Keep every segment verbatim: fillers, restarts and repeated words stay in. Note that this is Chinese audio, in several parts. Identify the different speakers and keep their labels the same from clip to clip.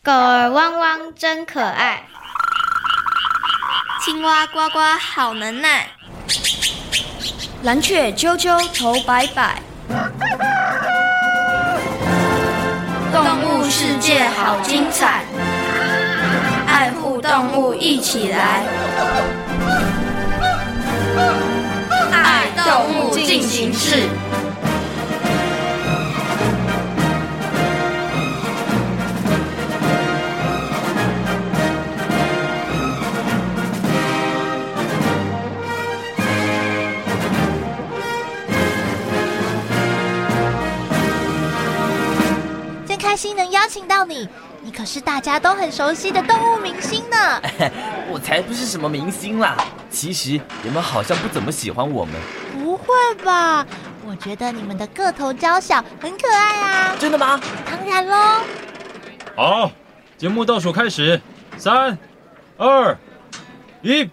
Speaker 1: 狗儿汪汪真可爱，
Speaker 2: 青蛙呱呱好能耐，
Speaker 3: 蓝雀啾啾头摆摆，
Speaker 2: 动物世界好精彩，爱护动物一起来，爱动物进行式。
Speaker 4: 开心能邀请到你，你可是大家都很熟悉的动物明星呢。
Speaker 5: 我才不是什么明星啦，其实你们好像不怎么喜欢我们。
Speaker 4: 不会吧？我觉得你们的个头娇小，很可爱啊。
Speaker 5: 真的吗？
Speaker 4: 当然咯。
Speaker 6: 好，节目倒数开始，三、二、一。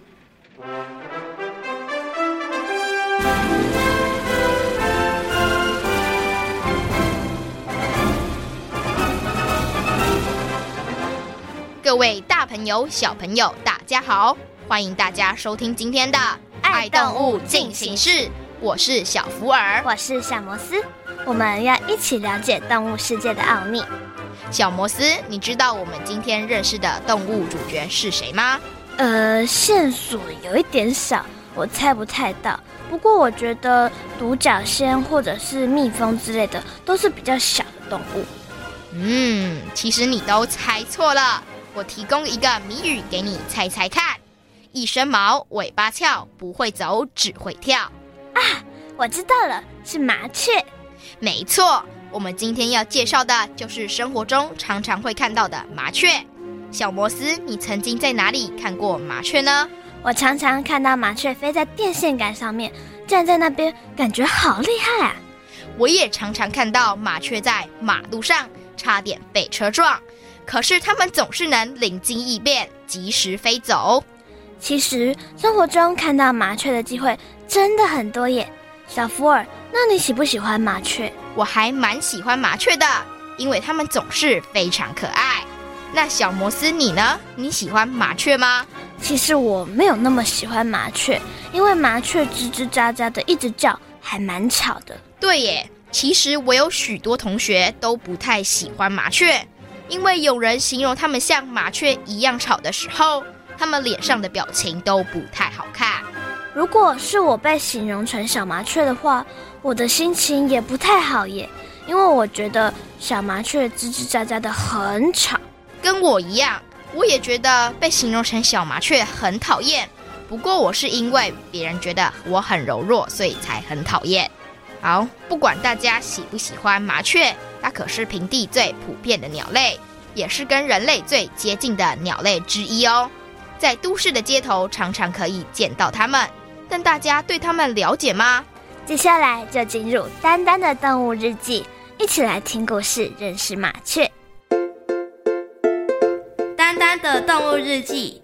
Speaker 7: 各位大朋友、小朋友，大家好！欢迎大家收听今天的《爱动物进行式》，我是小福尔，
Speaker 4: 我是小摩斯，我们要一起了解动物世界的奥秘。
Speaker 7: 小摩斯，你知道我们今天认识的动物主角是谁吗？
Speaker 8: 呃，线索有一点少，我猜不太到。不过我觉得独角仙或者是蜜蜂之类的，都是比较小的动物。
Speaker 7: 嗯，其实你都猜错了。我提供一个谜语给你猜猜看：一身毛，尾巴翘，不会走，只会跳。
Speaker 8: 啊，我知道了，是麻雀。
Speaker 7: 没错，我们今天要介绍的就是生活中常常会看到的麻雀。小摩斯，你曾经在哪里看过麻雀呢？
Speaker 8: 我常常看到麻雀飞在电线杆上面，站在那边，感觉好厉害啊！
Speaker 7: 我也常常看到麻雀在马路上，差点被车撞。可是它们总是能灵机一变，及时飞走。
Speaker 8: 其实生活中看到麻雀的机会真的很多耶。小福尔，那你喜不喜欢麻雀？
Speaker 7: 我还蛮喜欢麻雀的，因为它们总是非常可爱。那小摩斯你呢？你喜欢麻雀吗？
Speaker 8: 其实我没有那么喜欢麻雀，因为麻雀吱吱喳喳的一直叫，还蛮吵的。
Speaker 7: 对耶，其实我有许多同学都不太喜欢麻雀。因为有人形容他们像麻雀一样吵的时候，他们脸上的表情都不太好看。
Speaker 8: 如果是我被形容成小麻雀的话，我的心情也不太好耶，因为我觉得小麻雀吱吱喳喳的很吵。
Speaker 7: 跟我一样，我也觉得被形容成小麻雀很讨厌。不过我是因为别人觉得我很柔弱，所以才很讨厌。好，不管大家喜不喜欢麻雀，它可是平地最普遍的鸟类，也是跟人类最接近的鸟类之一哦。在都市的街头常常可以见到它们，但大家对它们了解吗？
Speaker 8: 接下来就进入丹丹的动物日记，一起来听故事，认识麻雀。
Speaker 2: 丹丹的动物日记。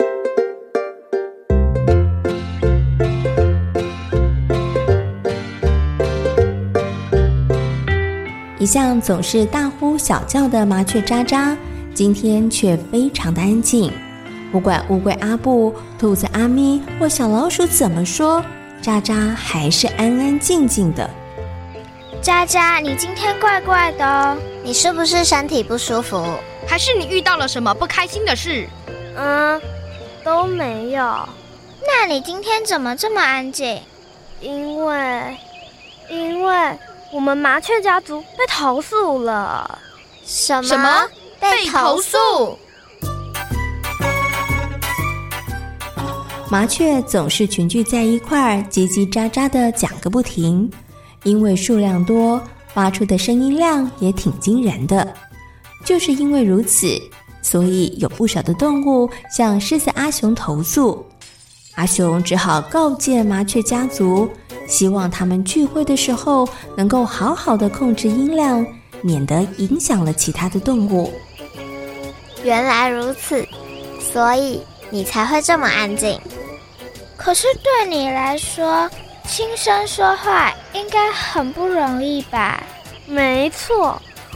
Speaker 9: 一向总是大呼小叫的麻雀喳喳，今天却非常的安静。不管乌龟阿布、兔子阿咪或小老鼠怎么说，喳喳还是安安静静的。
Speaker 1: 喳喳，你今天怪怪的哦，
Speaker 4: 你是不是身体不舒服？
Speaker 3: 还是你遇到了什么不开心的事？
Speaker 8: 嗯，都没有。
Speaker 1: 那你今天怎么这么安静？
Speaker 8: 因为，因为我们麻雀家族被投诉了。
Speaker 1: 什么？
Speaker 3: 什么？
Speaker 1: 被投诉？
Speaker 9: 麻雀总是群聚在一块儿，叽叽喳喳地讲个不停。因为数量多，发出的声音量也挺惊人的。就是因为如此，所以有不少的动物向狮子阿雄投诉。阿雄只好告诫麻雀家族，希望他们聚会的时候能够好好的控制音量，免得影响了其他的动物。
Speaker 4: 原来如此，所以你才会这么安静。
Speaker 1: 可是对你来说，轻声说话应该很不容易吧？
Speaker 8: 没错，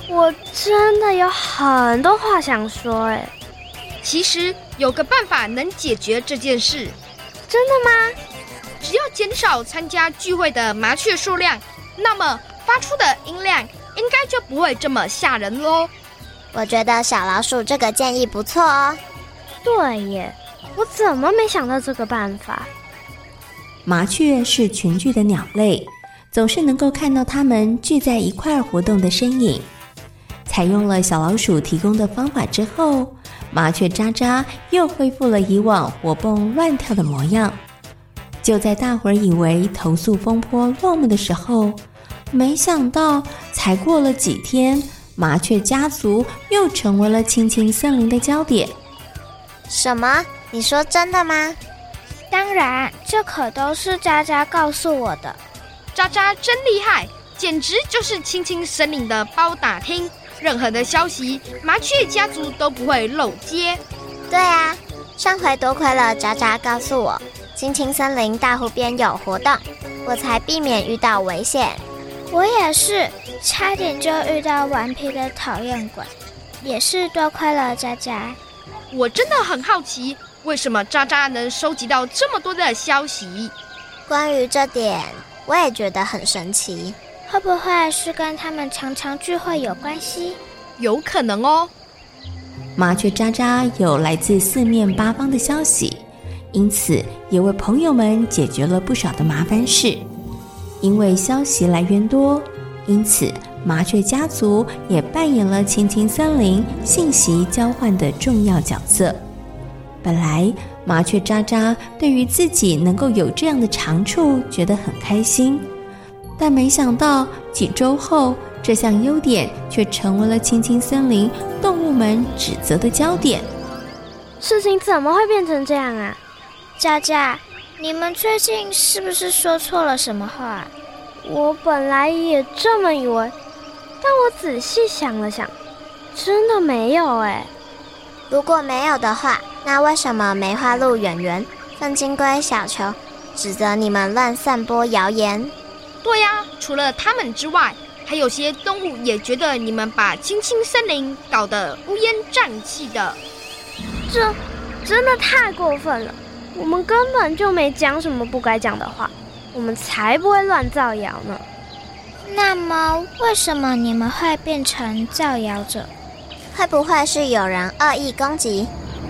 Speaker 8: 我真的有很多话想说哎。
Speaker 7: 其实有个办法能解决这件事。
Speaker 8: 真的吗？
Speaker 7: 只要减少参加聚会的麻雀数量，那么发出的音量应该就不会这么吓人咯。
Speaker 1: 我觉得小老鼠这个建议不错哦。
Speaker 8: 对耶，我怎么没想到这个办法？
Speaker 9: 麻雀是群居的鸟类，总是能够看到它们聚在一块活动的身影。采用了小老鼠提供的方法之后，麻雀喳喳又恢复了以往活蹦乱跳的模样。就在大伙儿以为投诉风波落幕的时候，没想到才过了几天，麻雀家族又成为了青青森林的焦点。
Speaker 1: 什么？你说真的吗？
Speaker 8: 当然，这可都是喳喳告诉我的。
Speaker 7: 喳喳真厉害，简直就是青青森林的包打听，任何的消息麻雀家族都不会漏接。
Speaker 1: 对啊，上回多亏了喳喳告诉我青青森林大湖边有活动，我才避免遇到危险。
Speaker 8: 我也是，差点就遇到顽皮的讨厌鬼，也是多亏了喳喳。
Speaker 7: 我真的很好奇，为什么喳喳能收集到这么多的消息？
Speaker 1: 关于这点，我也觉得很神奇。
Speaker 8: 会不会是跟他们常常聚会有关系？
Speaker 7: 有可能哦。
Speaker 9: 麻雀喳喳有来自四面八方的消息，因此也为朋友们解决了不少的麻烦事。因为消息来源多，因此麻雀家族也扮演了青青森林信息交换的重要角色。本来麻雀喳喳对于自己能够有这样的长处觉得很开心，但没想到几周后，这项优点却成为了青青森林动物们指责的焦点。
Speaker 8: 事情怎么会变成这样啊？
Speaker 1: 喳喳，你们最近是不是说错了什么话？
Speaker 8: 我本来也这么以为，但我仔细想了想，真的没有哎。
Speaker 1: 如果没有的话，那为什么梅花鹿圆圆、粪金龟小球指责你们乱散播谣言？
Speaker 7: 对呀、啊，除了他们之外，还有些动物也觉得你们把青青森林搞得乌烟瘴气的。
Speaker 8: 这真的太过分了，我们根本就没讲什么不该讲的话，我们才不会乱造谣呢。
Speaker 1: 那么为什么你们会变成造谣者？会不会是有人恶意攻击？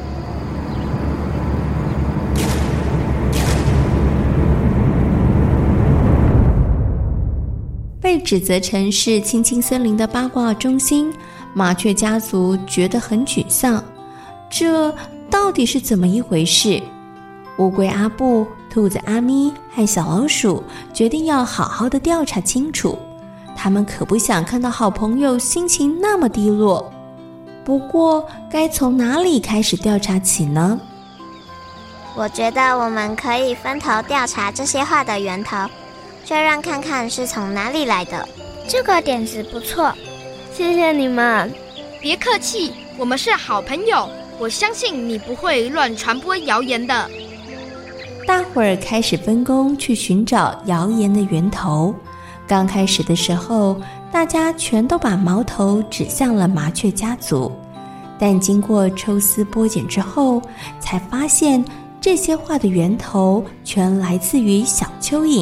Speaker 9: 被指责成是青青森林的八卦中心，麻雀家族觉得很沮丧。这到底是怎么一回事？乌龟阿布、兔子阿咪和小老鼠决定要好好的调查清楚，他们可不想看到好朋友心情那么低落。不过该从哪里开始调查起呢？
Speaker 1: 我觉得我们可以分头调查这些话的源头，确认看看是从哪里来的。
Speaker 8: 这个点子不错，谢谢你们。
Speaker 7: 别客气，我们是好朋友，我相信你不会乱传播谣言的。
Speaker 9: 大伙儿开始分工去寻找谣言的源头。刚开始的时候，大家全都把矛头指向了麻雀家族，但经过抽丝剥茧之后，才发现这些话的源头全来自于小蚯蚓。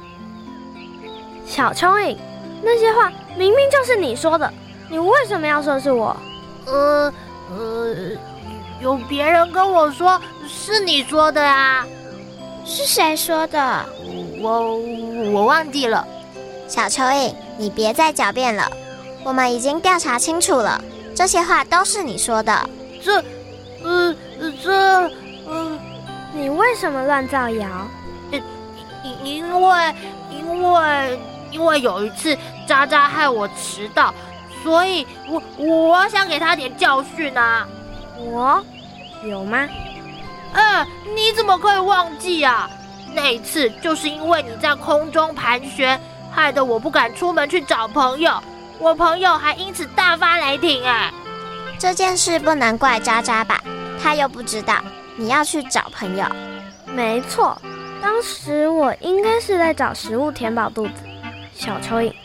Speaker 8: 小蚯蚓，那些话明明就是你说的，你为什么要说是我？
Speaker 4: 呃呃，有别人跟我说是你说的啊。
Speaker 1: 是谁说的？
Speaker 4: 我我忘记了。
Speaker 1: 小蚯蚓，你别再狡辩了，我们已经调查清楚了，这些话都是你说的。
Speaker 4: 这，呃，这，呃，
Speaker 8: 你为什么乱造谣？
Speaker 4: 因因为因为因为有一次渣渣害我迟到，所以我我想给他点教训啊。
Speaker 8: 我有吗？
Speaker 4: 嗯，你怎么可以忘记啊？那一次就是因为你在空中盘旋，害得我不敢出门去找朋友，我朋友还因此大发雷霆哎。
Speaker 1: 这件事不能怪渣渣吧？他又不知道你要去找朋友。
Speaker 8: 没错，当时我应该是在找食物填饱肚子。小蚯蚓，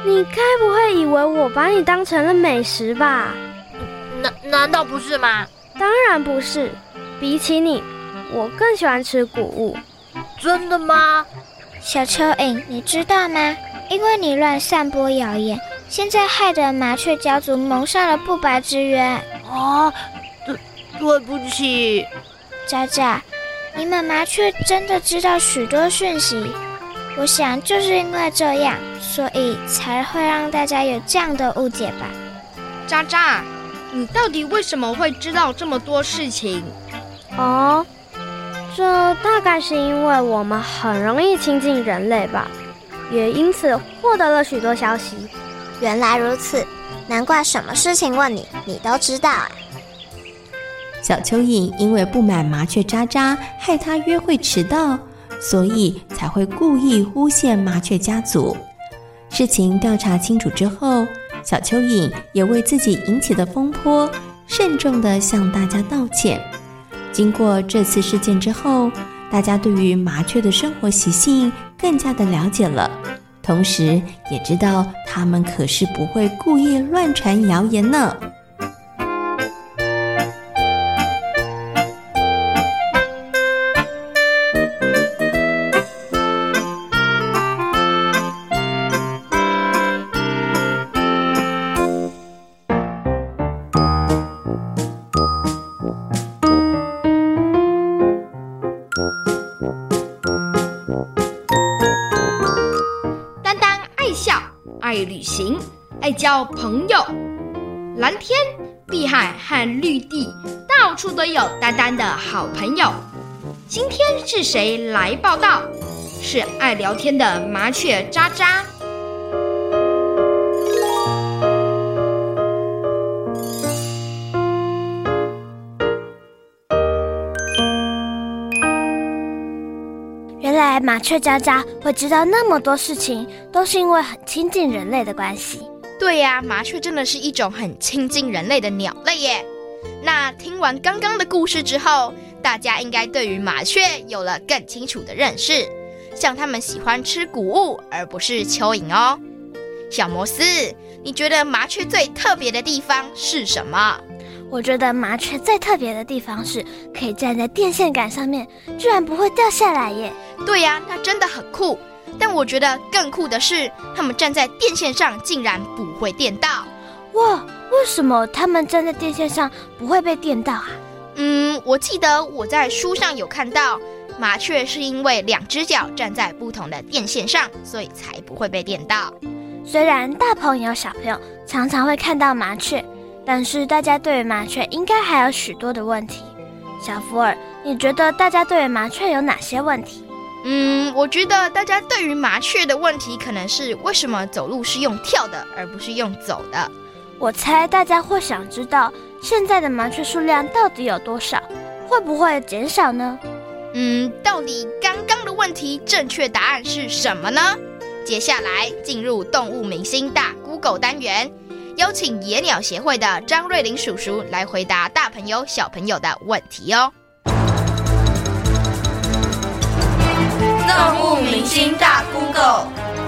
Speaker 8: 你该不会以为我把你当成了美食吧？
Speaker 4: 难难道不是吗？
Speaker 8: 当然不是，比起你，我更喜欢吃谷物。
Speaker 4: 真的吗？
Speaker 1: 小蚯蚓，你知道吗？因为你乱散播谣言，现在害得麻雀家族蒙上了不白之冤。
Speaker 4: 哦，对，对不起。
Speaker 1: 渣渣，你们麻雀真的知道许多讯息，我想就是因为这样，所以才会让大家有这样的误解吧。
Speaker 7: 渣渣，你到底为什么会知道这么多事情？
Speaker 8: 哦，这大概是因为我们很容易亲近人类吧，也因此获得了许多消息。
Speaker 1: 原来如此，难怪什么事情问你，你都知道啊。
Speaker 9: 小蚯蚓因为不满麻雀渣渣害他约会迟到，所以才会故意诬陷麻雀家族。事情调查清楚之后，小蚯蚓也为自己引起的风波慎重地向大家道歉。经过这次事件之后，大家对于麻雀的生活习性更加的了解了，同时也知道它们可是不会故意乱传谣言呢。
Speaker 7: 爱旅行，爱交朋友。蓝天、碧海和绿地，到处都有丹丹的好朋友。今天是谁来报道？是爱聊天的麻雀渣渣。
Speaker 8: 原来麻雀渣渣会知道那么多事情，都是因为很亲近人类的关系。
Speaker 7: 对呀、啊，麻雀真的是一种很亲近人类的鸟类耶。那听完刚刚的故事之后，大家应该对于麻雀有了更清楚的认识，像它们喜欢吃谷物而不是蚯蚓哦。小摩斯，你觉得麻雀最特别的地方是什么？
Speaker 8: 我觉得麻雀最特别的地方是可以站在电线杆上面，居然不会掉下来耶。
Speaker 7: 对呀、啊，那真的很酷。但我觉得更酷的是，他们站在电线上竟然不会电到。
Speaker 8: 哇，为什么他们站在电线上不会被电到啊？
Speaker 7: 嗯，我记得我在书上有看到，麻雀是因为两只脚站在不同的电线上，所以才不会被电到。
Speaker 8: 虽然大朋友小朋友常常会看到麻雀，但是大家对于麻雀应该还有许多的问题。小福尔，你觉得大家对于麻雀有哪些问题？
Speaker 7: 嗯，我觉得大家对于麻雀的问题可能是为什么走路是用跳的而不是用走的。
Speaker 8: 我猜大家会想知道现在的麻雀数量到底有多少，会不会减少呢？
Speaker 7: 嗯，到底刚刚的问题正确答案是什么呢？接下来进入动物明星大 Google 单元，邀请野鸟协会的张瑞麟叔叔来回答大朋友小朋友的问题哦。
Speaker 2: 动物明星大 Google。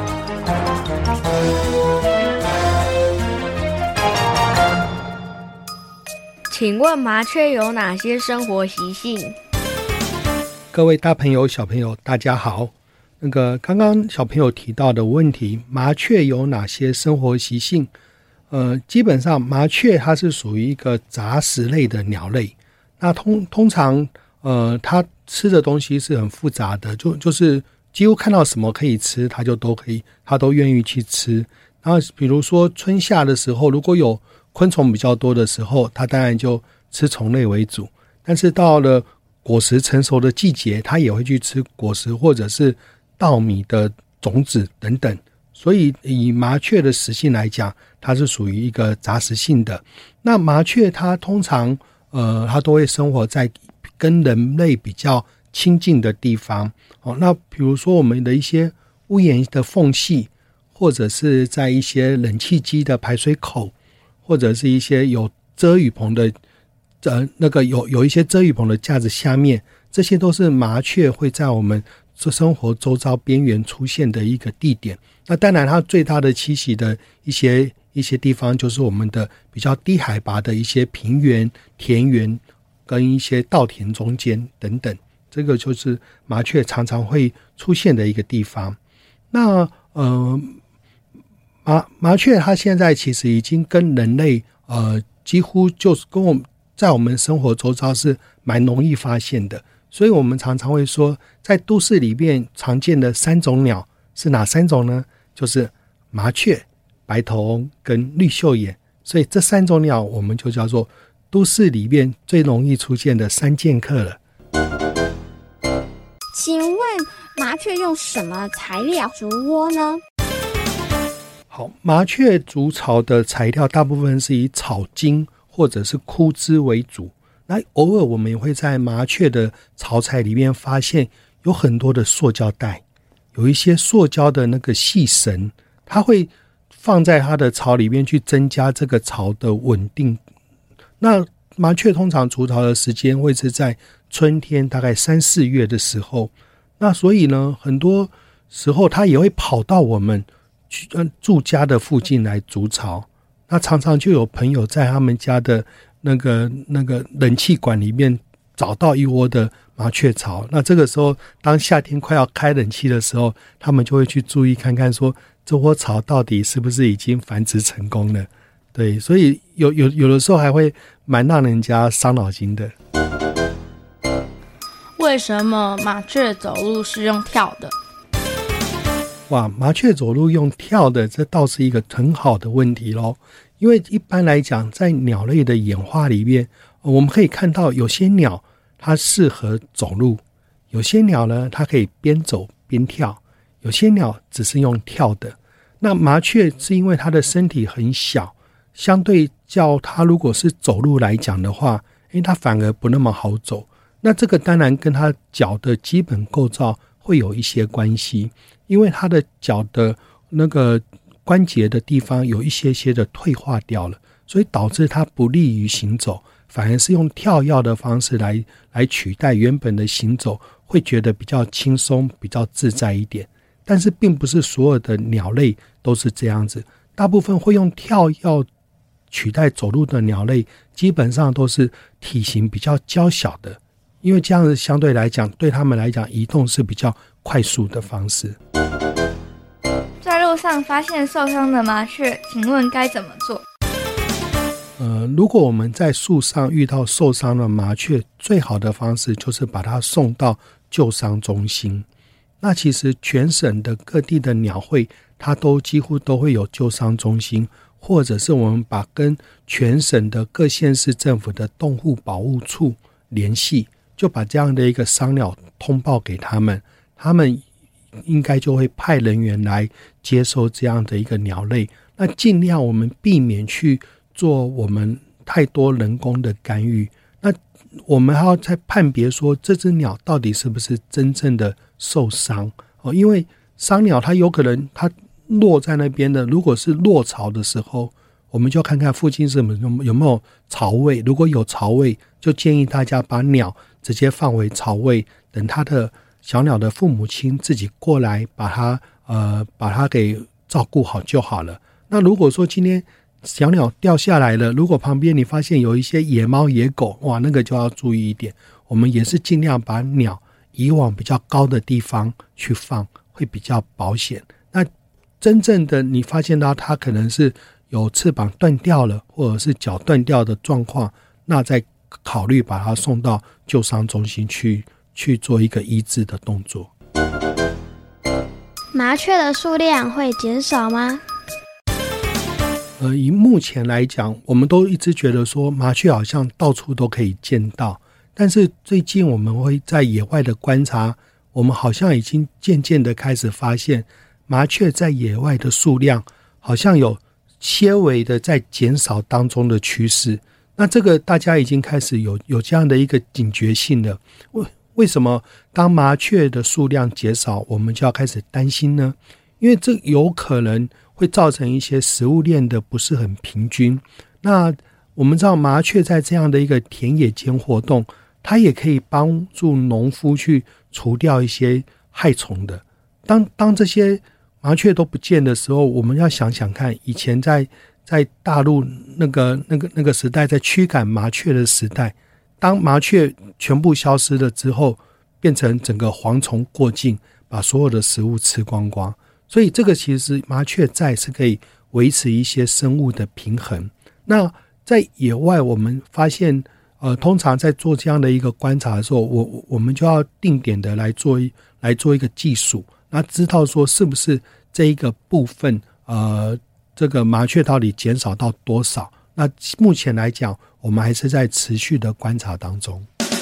Speaker 3: 请问麻雀有哪些生活习性？
Speaker 10: 各位大朋友小朋友大家好。那个刚刚小朋友提到的问题，麻雀有哪些生活习性？呃，基本上麻雀它是属于一个杂食类的鸟类。那通通常呃，它吃的东西是很复杂的，就就是几乎看到什么可以吃，它就都可以，它都愿意去吃。然后比如说春夏的时候，如果有昆虫比较多的时候，它当然就吃虫类为主。但是到了果实成熟的季节，它也会去吃果实或者是稻米的种子等等。所以以麻雀的食性来讲，它是属于一个杂食性的。那麻雀它通常呃，它都会生活在跟人类比较亲近的地方。哦，那比如说我们的一些屋檐的缝隙，或者是在一些冷气机的排水口，或者是一些有遮雨棚的呃，那个有有一些遮雨棚的架子下面，这些都是麻雀会在我们生活周遭边缘出现的一个地点。那当然它最大的栖息的一些一些地方就是我们的比较低海拔的一些平原、田园跟一些稻田中间等等，这个就是麻雀常常会出现的一个地方。那呃麻麻雀它现在其实已经跟人类呃几乎就是跟我们在我们生活周遭是蛮容易发现的，所以我们常常会说在都市里面常见的三种鸟是哪三种呢？就是麻雀、白头翁跟绿袖眼，所以这三种鸟我们就叫做都市里面最容易出现的三剑客了。
Speaker 11: 请问麻雀用什么材料筑窝呢？
Speaker 10: 好，麻雀筑巢的材料大部分是以草茎或者是枯枝为主，那偶尔我们也会在麻雀的巢材里面发现有很多的塑胶袋，有一些塑胶的那个细绳，它会放在它的巢里面去增加这个巢的稳定。那麻雀通常筑巢的时间会是在春天大概三四月的时候，那所以呢很多时候它也会跑到我们住家的附近来筑巢。那常常就有朋友在他们家的那个那个冷气管里面找到一窝的麻雀巢，那这个时候当夏天快要开冷气的时候，他们就会去注意看看说这窝巢到底是不是已经繁殖成功了。对，所以有有有的时候还会蛮让人家伤脑筋的。
Speaker 3: 为什么麻雀走路是用跳的？
Speaker 10: 哇，麻雀走路用跳的，这倒是一个很好的问题咯。因为一般来讲在鸟类的演化里面，我们可以看到有些鸟它适合走路，有些鸟呢它可以边走边跳，有些鸟只是用跳的。那麻雀是因为它的身体很小，相对较它如果是走路来讲的话，因为它反而不那么好走。那这个当然跟它脚的基本构造会有一些关系，因为它的脚的那个关节的地方有一些些的退化掉了，所以导致它不利于行走，反而是用跳跃的方式来来取代原本的行走，会觉得比较轻松比较自在一点。但是并不是所有的鸟类都是这样子，大部分会用跳跃取代走路的鸟类基本上都是体型比较娇小的，因为这样子相对来讲对他们来讲移动是比较快速的方式。
Speaker 12: 在路上发现受伤的麻雀，请问该怎么做？
Speaker 10: 呃，如果我们在树上遇到受伤的麻雀，最好的方式就是把它送到救伤中心。那其实全省的各地的鸟会，它都几乎都会有救伤中心，或者是我们把跟全省的各县市政府的动物保护处联系，就把这样的一个伤鸟通报给他们，他们应该就会派人员来接收这样的一个鸟类。那尽量我们避免去做我们太多人工的干预，那我们还要再判别说这只鸟到底是不是真正的受伤、哦、因为伤鸟它有可能它落在那边的，如果是落巢的时候，我们就看看附近是有有没有巢位，如果有巢位，就建议大家把鸟直接放回巢位，等它的小鸟的父母亲自己过来把它呃把它给照顾好就好了。那如果说今天小鸟掉下来了，如果旁边你发现有一些野猫野狗，哇，那个就要注意一点，我们也是尽量把鸟移往比较高的地方去放，会比较保险。那真正的你发现到它可能是有翅膀断掉了，或者是脚断掉的状况，那再考虑把它送到救伤中心去去做一个医治的动作。
Speaker 11: 麻雀的数量会减少吗？
Speaker 10: 呃，以目前来讲，我们都一直觉得说麻雀好像到处都可以见到，但是最近我们会在野外的观察，我们好像已经渐渐的开始发现麻雀在野外的数量好像有些微的在减少当中的趋势。那这个大家已经开始有有这样的一个警觉性了。为为什么当麻雀的数量减少，我们就要开始担心呢？因为这有可能会造成一些食物链的不是很平均。那我们知道麻雀在这样的一个田野间活动，它也可以帮助农夫去除掉一些害虫的。当当这些麻雀都不见的时候，我们要想想看，以前在在大陆那个那个那个时代，在驱赶麻雀的时代，当麻雀全部消失了之后，变成整个蝗虫过境，把所有的食物吃光光。所以这个其实麻雀在是可以维持一些生物的平衡。那在野外我们发现呃，通常在做这样的一个观察的时候，我我们就要定点的来做一来做一个计数，那知道说是不是这一个部分呃，这个麻雀到底减少到多少。那目前来讲，我们还是在持续的观察当中。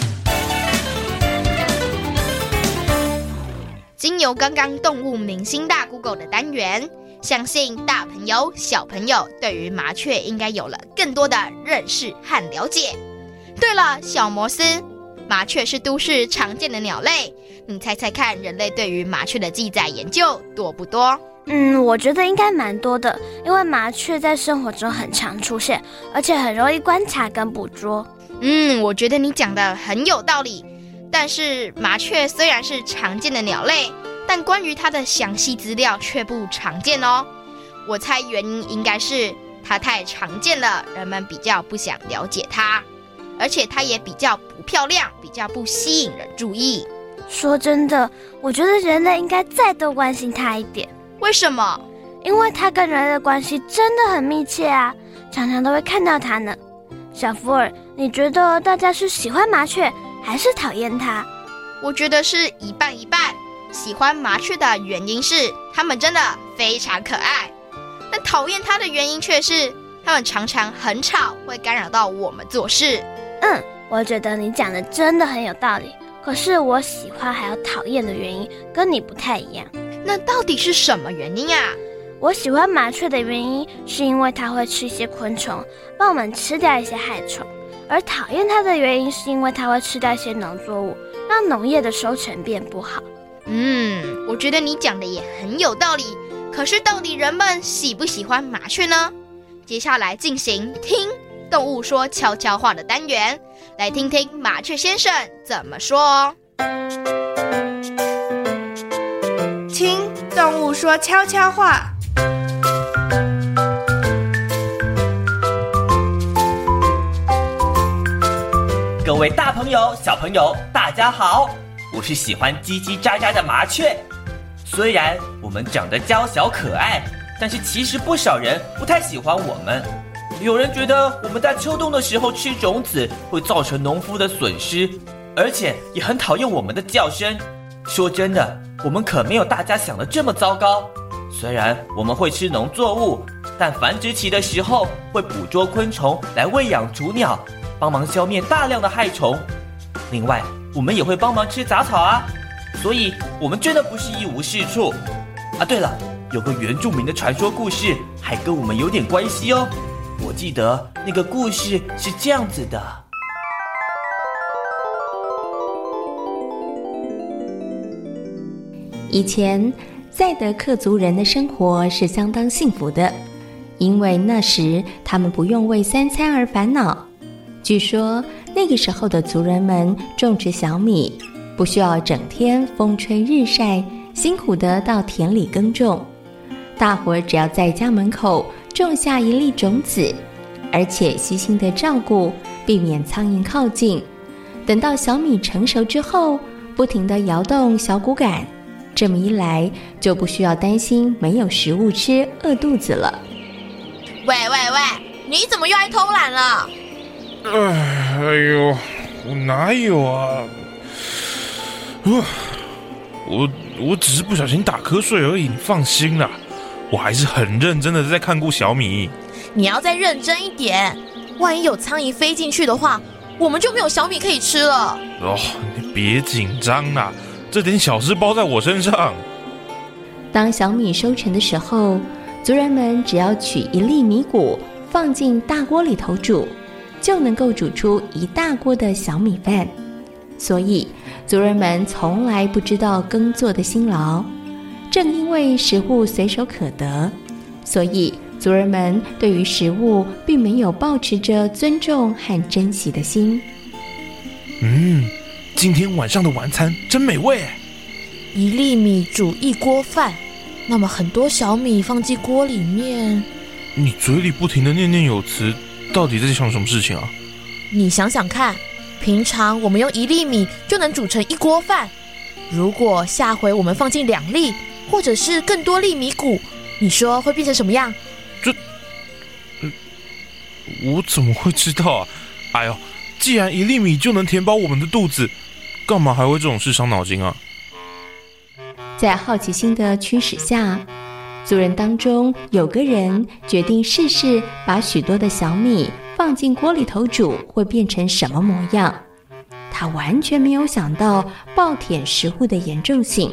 Speaker 7: 经由刚刚动物明星大 Google 的单元，相信大朋友小朋友对于麻雀应该有了更多的认识和了解。对了，小摩斯，麻雀是都市常见的鸟类，你猜猜看人类对于麻雀的记载研究多不多？
Speaker 8: 嗯，我觉得应该蛮多的，因为麻雀在生活中很常出现，而且很容易观察跟捕捉。
Speaker 7: 嗯，我觉得你讲的很有道理。但是麻雀虽然是常见的鸟类，但关于它的详细资料却不常见哦。我猜原因应该是它太常见了，人们比较不想了解它，而且它也比较不漂亮，比较不吸引人注意。
Speaker 8: 说真的，我觉得人类应该再多关心它一点。
Speaker 7: 为什么？
Speaker 8: 因为它跟人类的关系真的很密切啊，常常都会看到它呢。小福尔，你觉得大家是喜欢麻雀还是讨厌它？
Speaker 7: 我觉得是一半一半。喜欢麻雀的原因是它们真的非常可爱，但讨厌它的原因却是它们常常很吵，会干扰到我们做事。
Speaker 8: 嗯，我觉得你讲的真的很有道理，可是我喜欢还有讨厌的原因跟你不太一样。
Speaker 7: 那到底是什么原因啊？
Speaker 8: 我喜欢麻雀的原因是因为它会吃一些昆虫，帮我们吃掉一些害虫，而讨厌它的原因是因为它会吃掉一些农作物，让农业的收成变不好。
Speaker 7: 嗯，我觉得你讲的也很有道理，可是到底人们喜不喜欢麻雀呢？接下来进行听动物说悄悄话的单元，来听听麻雀先生怎么说哦。
Speaker 2: 听动物说悄悄话。
Speaker 5: 各位大朋友小朋友大家好，我是喜欢叽叽喳喳的麻雀。虽然我们长得娇小可爱，但是其实不少人不太喜欢我们。有人觉得我们在秋冬的时候吃种子会造成农夫的损失，而且也很讨厌我们的叫声。说真的，我们可没有大家想的这么糟糕。虽然我们会吃农作物，但繁殖期的时候会捕捉昆虫来喂养雏鸟，帮忙消灭大量的害虫。另外，我们也会帮忙吃杂草啊，所以我们真的不是一无是处啊。对了，有个原住民的传说故事还跟我们有点关系哦。我记得那个故事是这样子的：
Speaker 9: 以前赛德克族人的生活是相当幸福的，因为那时他们不用为三餐而烦恼。据说那个时候的族人们种植小米，不需要整天风吹日晒，辛苦地到田里耕种。大伙儿只要在家门口种下一粒种子，而且悉心地照顾，避免苍蝇靠近。等到小米成熟之后，不停地摇动小骨杆，这么一来就不需要担心没有食物吃，饿肚子了。
Speaker 3: 喂喂喂，你怎么又爱偷懒了？
Speaker 13: 哎呦，我哪有啊？我我我只是不小心打瞌睡而已，你放心啦，我还是很认真的在看顾小米。
Speaker 3: 你要再认真一点，万一有苍蝇飞进去的话，我们就没有小米可以吃了。
Speaker 13: 哦，你别紧张啦，这点小事包在我身上。
Speaker 9: 当小米收成的时候，族人们只要取一粒米谷放进大锅里头煮，就能够煮出一大锅的小米饭。所以族人们从来不知道耕作的辛劳。正因为食物随手可得，所以族人们对于食物并没有抱持着尊重和珍惜的心。
Speaker 13: 嗯，今天晚上的晚餐真美味。
Speaker 3: 一粒米煮一锅饭，那么很多小米放进锅里面。
Speaker 13: 你嘴里不停的念念有词，到底在想什么事情啊？
Speaker 3: 你想想看，平常我们用一粒米就能煮成一锅饭，如果下回我们放进两粒或者是更多粒米谷，你说会变成什么样？
Speaker 13: 这、呃、我怎么会知道啊？哎呦，既然一粒米就能填饱我们的肚子，干嘛还为这种事伤脑筋啊？
Speaker 9: 在好奇心的驱使下，族人当中有个人决定试试把许多的小米放进锅里头煮会变成什么模样。他完全没有想到暴殄食物的严重性。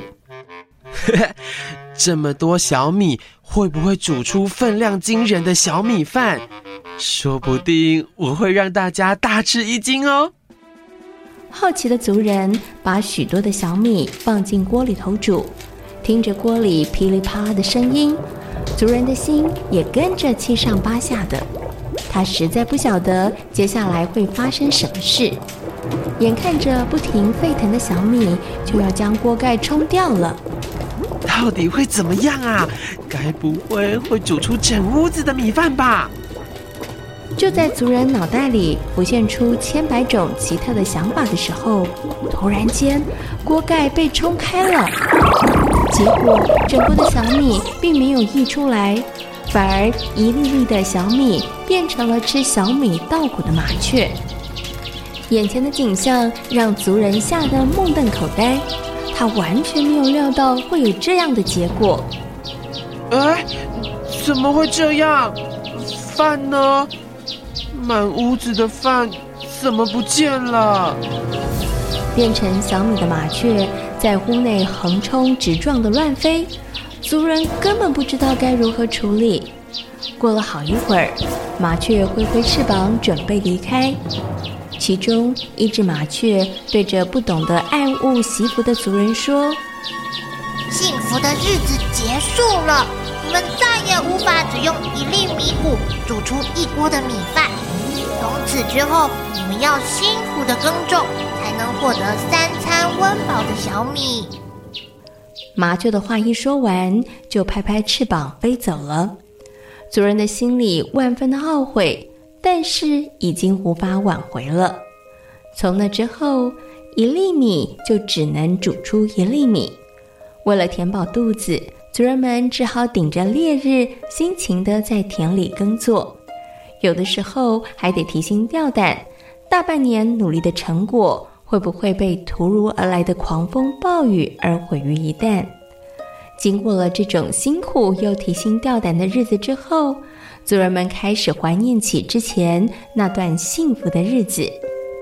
Speaker 14: 这么多小米会不会煮出分量惊人的小米饭？说不定我会让大家大吃一惊哦。
Speaker 9: 好奇的族人把许多的小米放进锅里头煮，听着锅里噼里啪啦的声音，族人的心也跟着七上八下的。他实在不晓得接下来会发生什么事，眼看着不停沸腾的小米就要将锅盖冲掉了。
Speaker 14: 到底会怎么样啊？该不会会煮出整屋子的米饭吧？
Speaker 9: 就在族人脑袋里浮现出千百种奇特的想法的时候，突然间锅盖被冲开了，结果整锅的小米并没有溢出来，反而一粒粒的小米变成了吃小米稻谷的麻雀。眼前的景象让族人吓得目瞪口呆，他完全没有料到会有这样的结果。
Speaker 14: 哎，怎么会这样？饭呢？满屋子的饭怎么不见了？
Speaker 9: 变成小米的麻雀在屋内横冲直撞的乱飞，族人根本不知道该如何处理。过了好一会儿，麻雀挥挥翅膀准备离开。其中一只麻雀对着不懂得爱物惜福的族人说：
Speaker 15: 幸福的日子结束了，你们再也无法只用一粒米谷煮出一锅的米饭。从此之后，你们要辛苦的耕种，才能获得三餐温饱的小米。
Speaker 9: 麻雀的话一说完，就拍拍翅膀飞走了。族人的心里万分的懊悔，但是已经无法挽回了。从那之后，一粒米就只能煮出一粒米。为了填饱肚子，族人们只好顶着烈日，辛勤地在田里耕作。有的时候还得提心吊胆，大半年努力的成果会不会被突如而来的狂风暴雨而毁于一旦。经过了这种辛苦又提心吊胆的日子之后，族人们开始怀念起之前那段幸福的日子。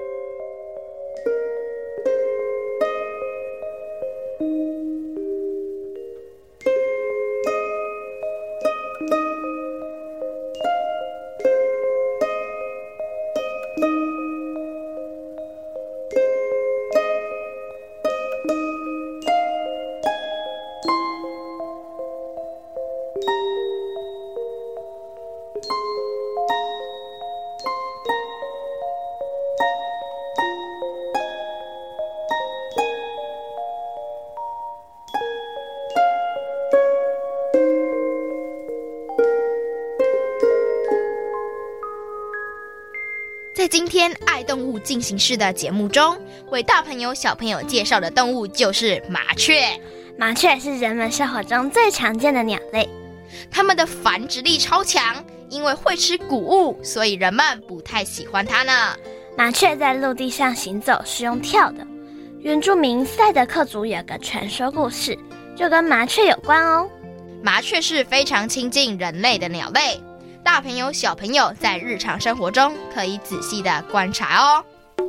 Speaker 7: 在今天爱动物进行式的节目中，为大朋友小朋友介绍的动物就是麻雀。
Speaker 8: 麻雀是人们生活中最常见的鸟类，
Speaker 7: 它们的繁殖力超强，因为会吃谷物，所以人们不太喜欢它呢。
Speaker 8: 麻雀在陆地上行走是用跳的，原住民赛德克族有个传说故事，就跟麻雀有关哦。
Speaker 7: 麻雀是非常亲近人类的鸟类，大朋友小朋友在日常生活中可以仔细的观察哦。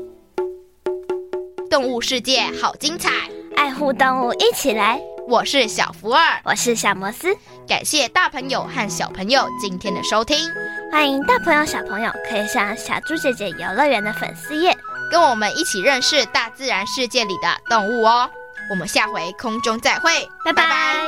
Speaker 7: 动物世界好精彩，
Speaker 8: 爱护动物一起来。
Speaker 7: 我是小福儿，
Speaker 8: 我是小摩斯，
Speaker 7: 感谢大朋友和小朋友今天的收听。
Speaker 8: 欢迎大朋友小朋友可以上小猪姐姐游乐园的粉丝页，
Speaker 7: 跟我们一起认识大自然世界里的动物哦。我们下回空中再会，
Speaker 8: 拜拜。
Speaker 7: 拜拜。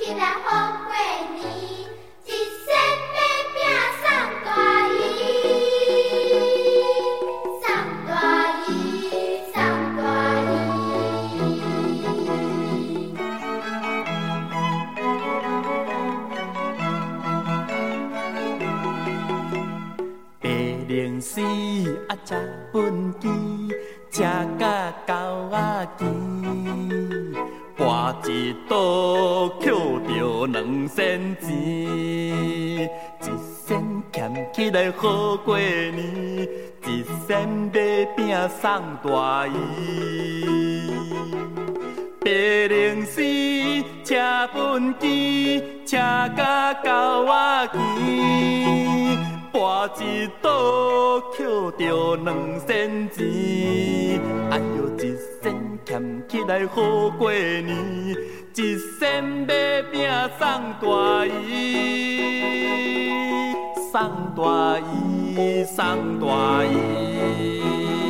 Speaker 16: 起来好过年，一身买饼送大姨，送大姨，送大姨。
Speaker 17: 白零丝啊，吃本钱，吃甲狗仔甜，博一赌捡着两仙钱，一仙俭起来好过年，一仙买饼送大姨。白零丝吃本钱，吃甲狗仔甜，博一赌捡着两仙钱，哎呦，一仙俭起来好过年，一仙买饼送大姨，送大姨，送大姨。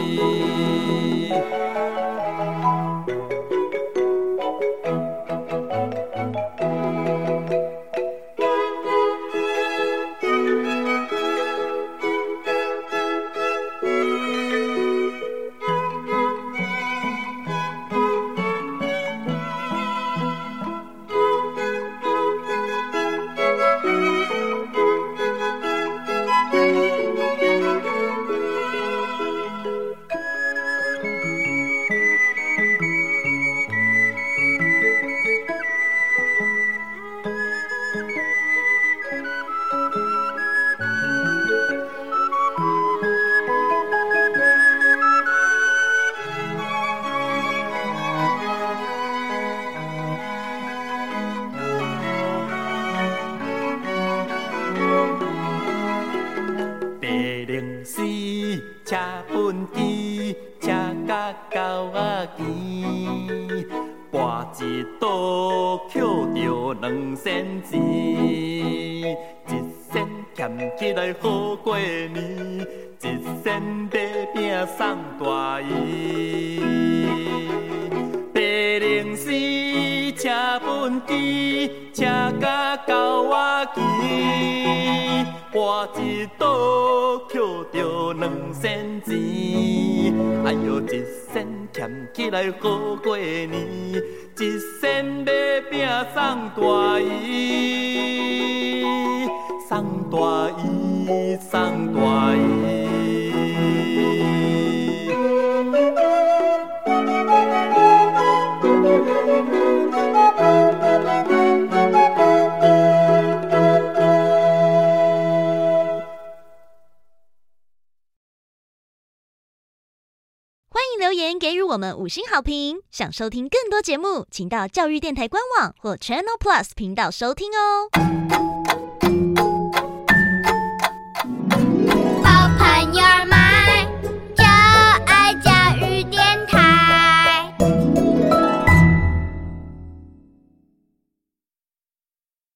Speaker 17: 吃本钱，吃甲狗仔甜，博一赌捡着两仙钱，一仙俭起来好过年，一仙买饼送大姨。白零丝吃本钱，吃甲狗仔甜，博一赌捡着两仙钱，哎呦，一仙俭起来好过年，一仙买饼送大姨，送大姨，送大姨。
Speaker 18: 留言给予我们五星好评，想收听更多节目，请到教育电台官网或 Channel Plus 频道收听哦。